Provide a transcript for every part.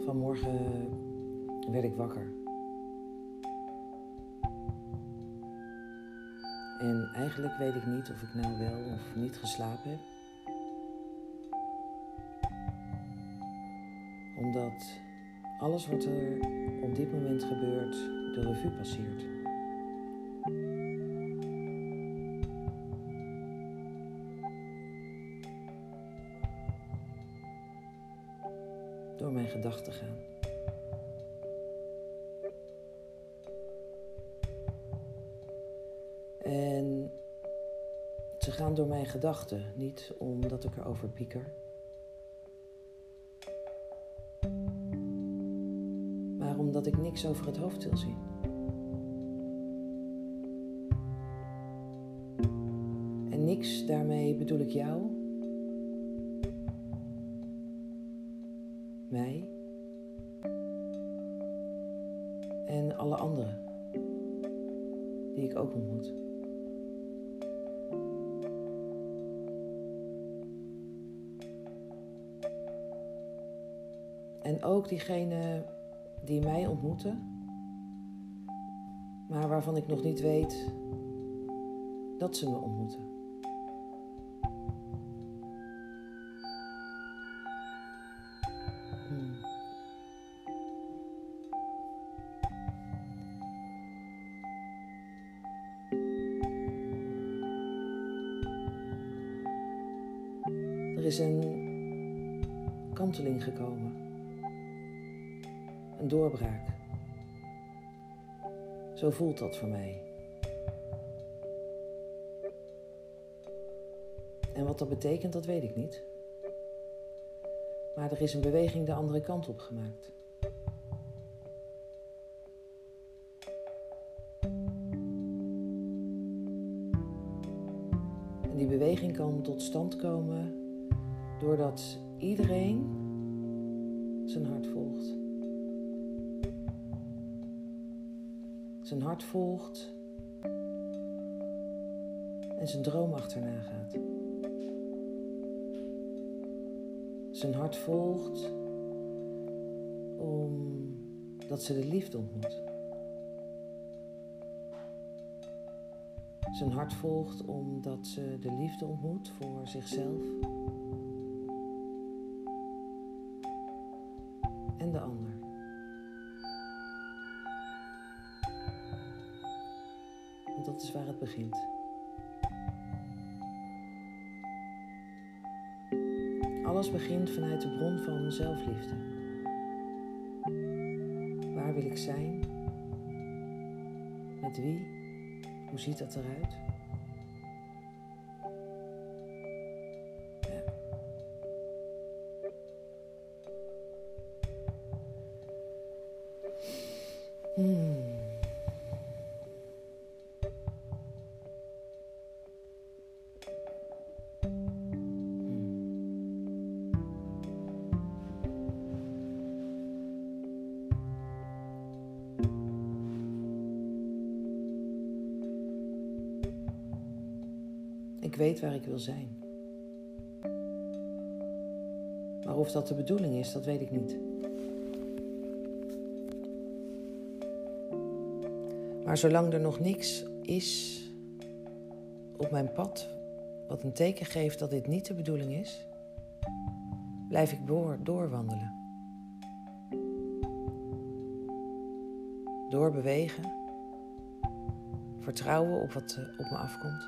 Vanmorgen werd ik wakker. En eigenlijk weet ik niet of ik nou wel of niet geslapen heb. Omdat alles wat er op dit moment gebeurt de revue passeert. Door mijn gedachten gaan. En ze gaan door mijn gedachten, niet omdat ik erover pieker. Maar omdat ik niks over het hoofd wil zien. En niks, daarmee bedoel ik jou, mij en alle anderen die ik ook ontmoet. En ook diegenen die mij ontmoeten, maar waarvan ik nog niet weet dat ze me ontmoeten. Er is een kanteling gekomen. Een doorbraak. Zo voelt dat voor mij. En wat dat betekent, dat weet ik niet. Maar er is een beweging de andere kant op gemaakt. En die beweging kan tot stand komen doordat iedereen zijn hart volgt. Zijn hart volgt en zijn droom achterna gaat. Zijn hart volgt omdat ze de liefde ontmoet. Zijn hart volgt omdat ze de liefde ontmoet voor zichzelf en de ander. Want dat is waar het begint. Alles begint vanuit de bron van zelfliefde. Waar wil ik zijn? Met wie? Hoe ziet dat eruit? Ja. Ik weet waar ik wil zijn. Maar of dat de bedoeling is, dat weet ik niet. Maar zolang er nog niks is op mijn pad wat een teken geeft dat dit niet de bedoeling is, blijf ik doorwandelen. Doorbewegen. Vertrouwen op wat op me afkomt.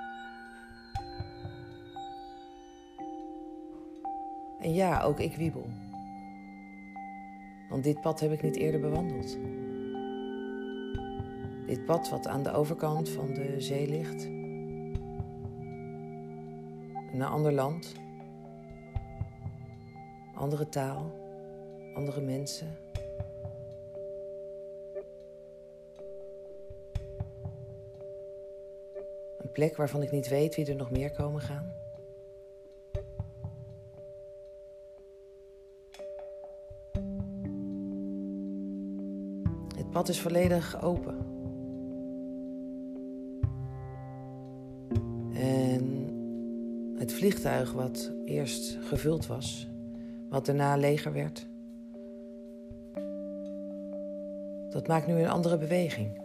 En ja, ook ik wiebel. Want dit pad heb ik niet eerder bewandeld. Dit pad wat aan de overkant van de zee ligt. Een ander land. Andere taal. Andere mensen. Een plek waarvan ik niet weet wie er nog meer komen gaan. Het pad is volledig open. En het vliegtuig wat eerst gevuld was, wat daarna leger werd, Dat maakt nu een andere beweging.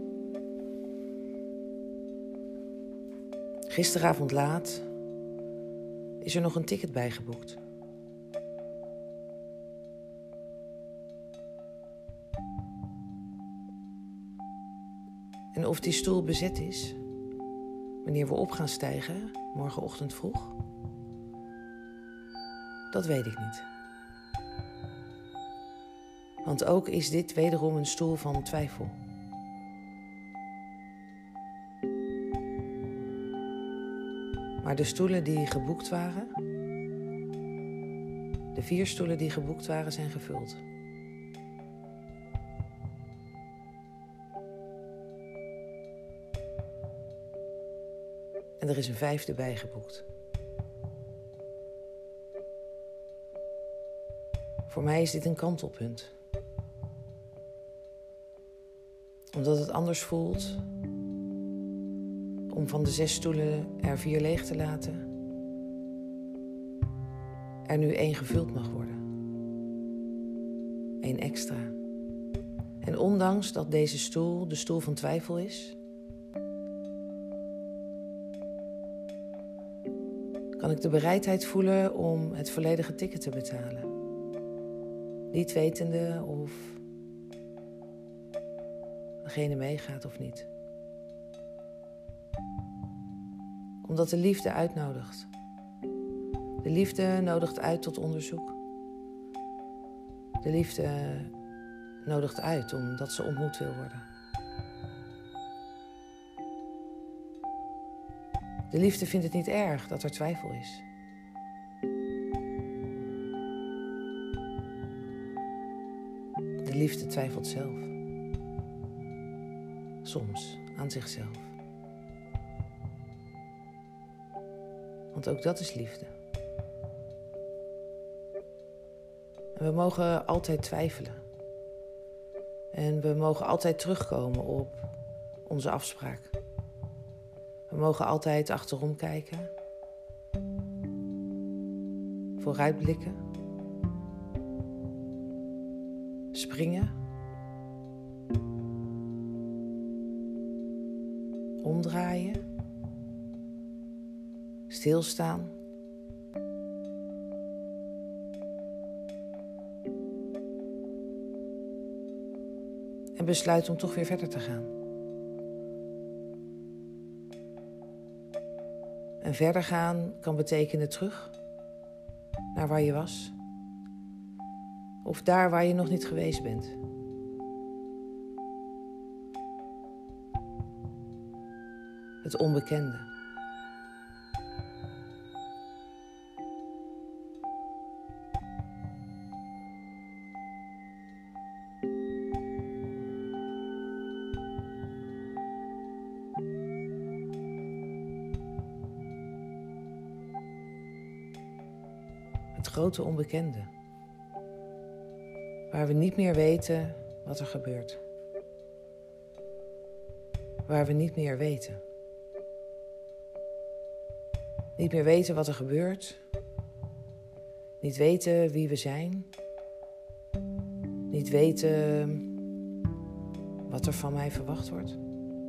Gisteravond laat is er nog een ticket bijgeboekt. En of die stoel bezet is, wanneer we op gaan stijgen, morgenochtend vroeg, dat weet ik niet. Want ook is dit wederom een stoel van twijfel. Maar de stoelen die geboekt waren, de 4 stoelen die geboekt waren, zijn gevuld. En er is een 5e bijgeboekt. Voor mij is dit een kantelpunt. Omdat het anders voelt om van de 6 stoelen er 4 leeg te laten, er nu 1 gevuld mag worden. 1 extra. En ondanks dat deze stoel de stoel van twijfel is, kan ik de bereidheid voelen om het volledige ticket te betalen. Niet wetende of degene meegaat of niet. Omdat de liefde uitnodigt. De liefde nodigt uit tot onderzoek. De liefde nodigt uit omdat ze ontmoet wil worden. De liefde vindt het niet erg dat er twijfel is. De liefde twijfelt zelf. Soms aan zichzelf. Want ook dat is liefde. En we mogen altijd twijfelen. En we mogen altijd terugkomen op onze afspraak. We mogen altijd achterom kijken. Vooruitblikken. Springen. Omdraaien. Stilstaan. En besluiten om toch weer verder te gaan. En verder gaan kan betekenen terug naar waar je was. Of daar waar je nog niet geweest bent. Het onbekende. Het grote onbekende. Waar we niet meer weten wat er gebeurt. Waar we niet meer weten. Niet meer weten wat er gebeurt. Niet weten wie we zijn. Niet weten wat er van mij verwacht wordt.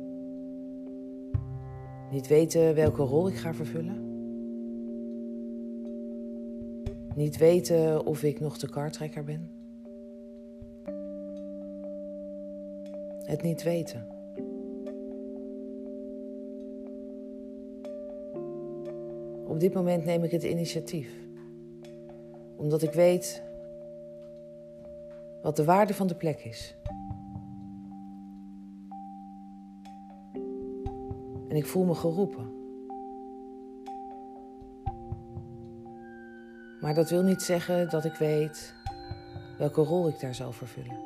Niet weten welke rol ik ga vervullen. Niet weten of ik nog de kartrekker ben. Het niet weten. Op dit moment neem ik het initiatief. Omdat ik weet wat de waarde van de plek is. En ik voel me geroepen. Maar dat wil niet zeggen dat ik weet welke rol ik daar zal vervullen.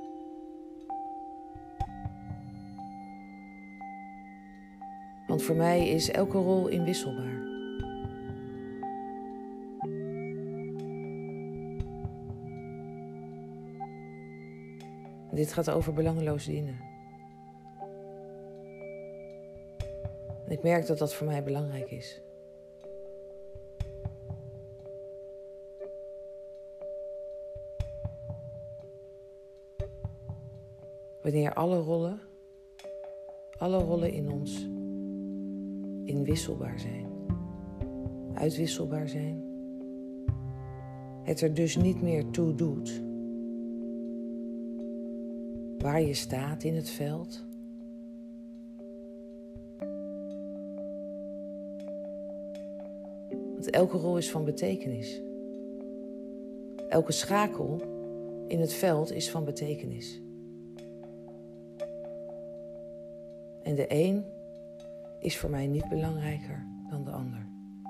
Want voor mij is elke rol inwisselbaar. En dit gaat over belangeloos dienen. En ik merk dat dat voor mij belangrijk is. Wanneer alle rollen in ons inwisselbaar zijn, uitwisselbaar zijn. Het er dus niet meer toe doet waar je staat in het veld. Want elke rol is van betekenis. Elke schakel in het veld is van betekenis. En de een is voor mij niet belangrijker dan de ander.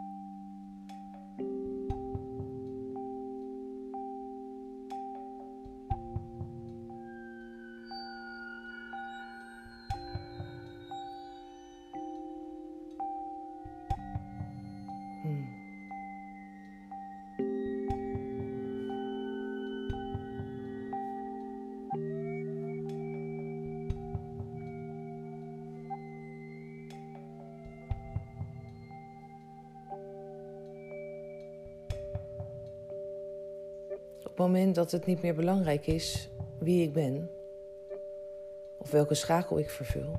Op het moment dat het niet meer belangrijk is wie ik ben, of welke schakel ik vervul,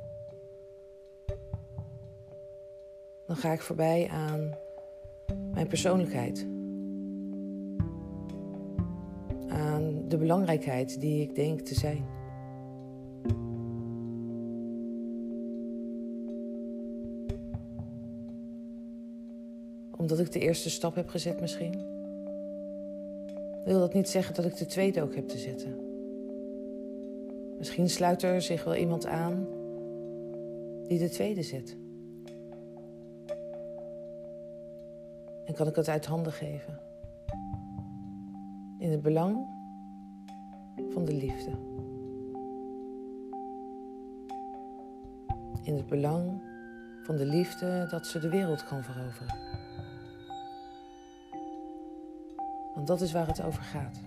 dan ga ik voorbij aan mijn persoonlijkheid. Aan de belangrijkheid die ik denk te zijn. Omdat ik de eerste stap heb gezet misschien, wil dat niet zeggen dat ik de tweede ook heb te zetten. Misschien sluit er zich wel iemand aan die de tweede zet. En kan ik het uit handen geven. In het belang van de liefde. In het belang van de liefde dat ze de wereld kan veroveren. Want dat is waar het over gaat.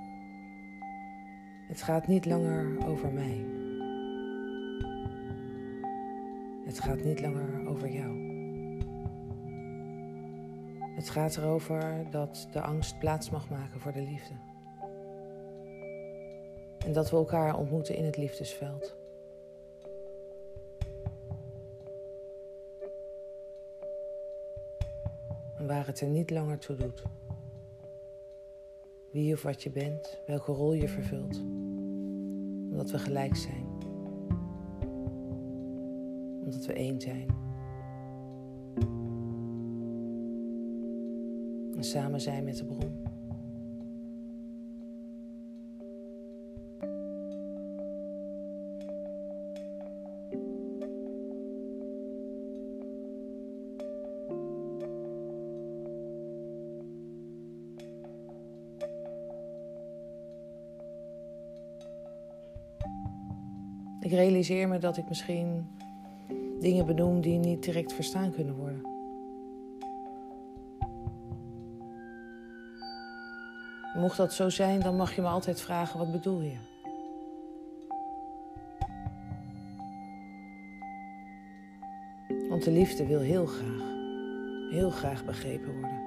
Het gaat niet langer over mij. Het gaat niet langer over jou. Het gaat erover dat de angst plaats mag maken voor de liefde. En dat we elkaar ontmoeten in het liefdesveld. En waar het er niet langer toe doet. Wie of wat je bent, welke rol je vervult. Omdat we gelijk zijn. Omdat we één zijn. En samen zijn met de bron. Ik realiseer me dat ik misschien dingen benoem die niet direct verstaan kunnen worden. Mocht dat zo zijn, dan mag je me altijd vragen, wat bedoel je? Want de liefde wil heel graag begrepen worden.